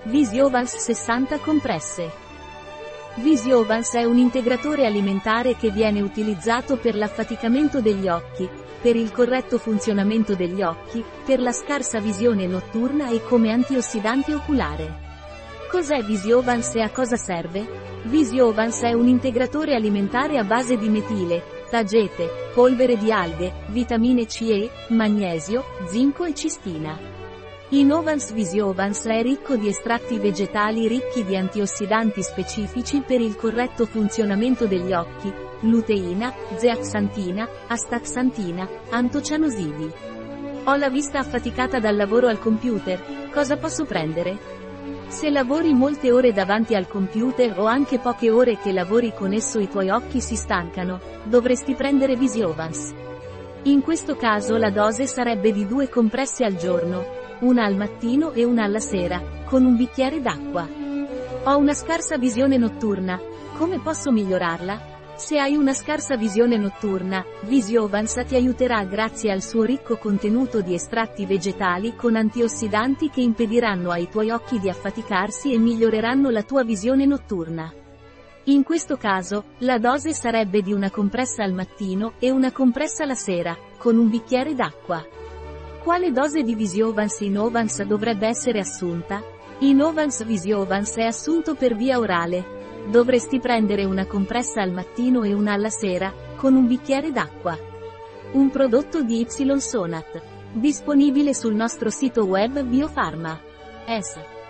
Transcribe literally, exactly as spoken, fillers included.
Visiovans sessanta compresse. Visiovans è un integratore alimentare che viene utilizzato per l'affaticamento degli occhi, per il corretto funzionamento degli occhi, per la scarsa visione notturna e come antiossidante oculare. Cos'è Visiovans e a cosa serve? Visiovans è un integratore alimentare a base di metile, tagete, polvere di alghe, vitamine C e, magnesio, zinco e cistina. Innovans Visiovans è ricco di estratti vegetali ricchi di antiossidanti specifici per il corretto funzionamento degli occhi, luteina, zeaxantina, astaxantina, antocianosidi. Ho la vista affaticata dal lavoro al computer, cosa posso prendere? Se lavori molte ore davanti al computer o anche poche ore che lavori con esso i tuoi occhi si stancano, dovresti prendere Visiovans. In questo caso la dose sarebbe di due compresse al giorno, una al mattino e una alla sera, con un bicchiere d'acqua. Ho una scarsa visione notturna, come posso migliorarla? Se hai una scarsa visione notturna, Visiovans ti aiuterà grazie al suo ricco contenuto di estratti vegetali con antiossidanti che impediranno ai tuoi occhi di affaticarsi e miglioreranno la tua visione notturna. In questo caso, la dose sarebbe di una compressa al mattino e una compressa la sera, con un bicchiere d'acqua. Quale dose di Visiovans Innovans dovrebbe essere assunta? Innovans Visiovans è assunto per via orale. Dovresti prendere una compressa al mattino e una alla sera, con un bicchiere d'acqua. Un prodotto di Ysonat. Disponibile sul nostro sito web Biofarma. S.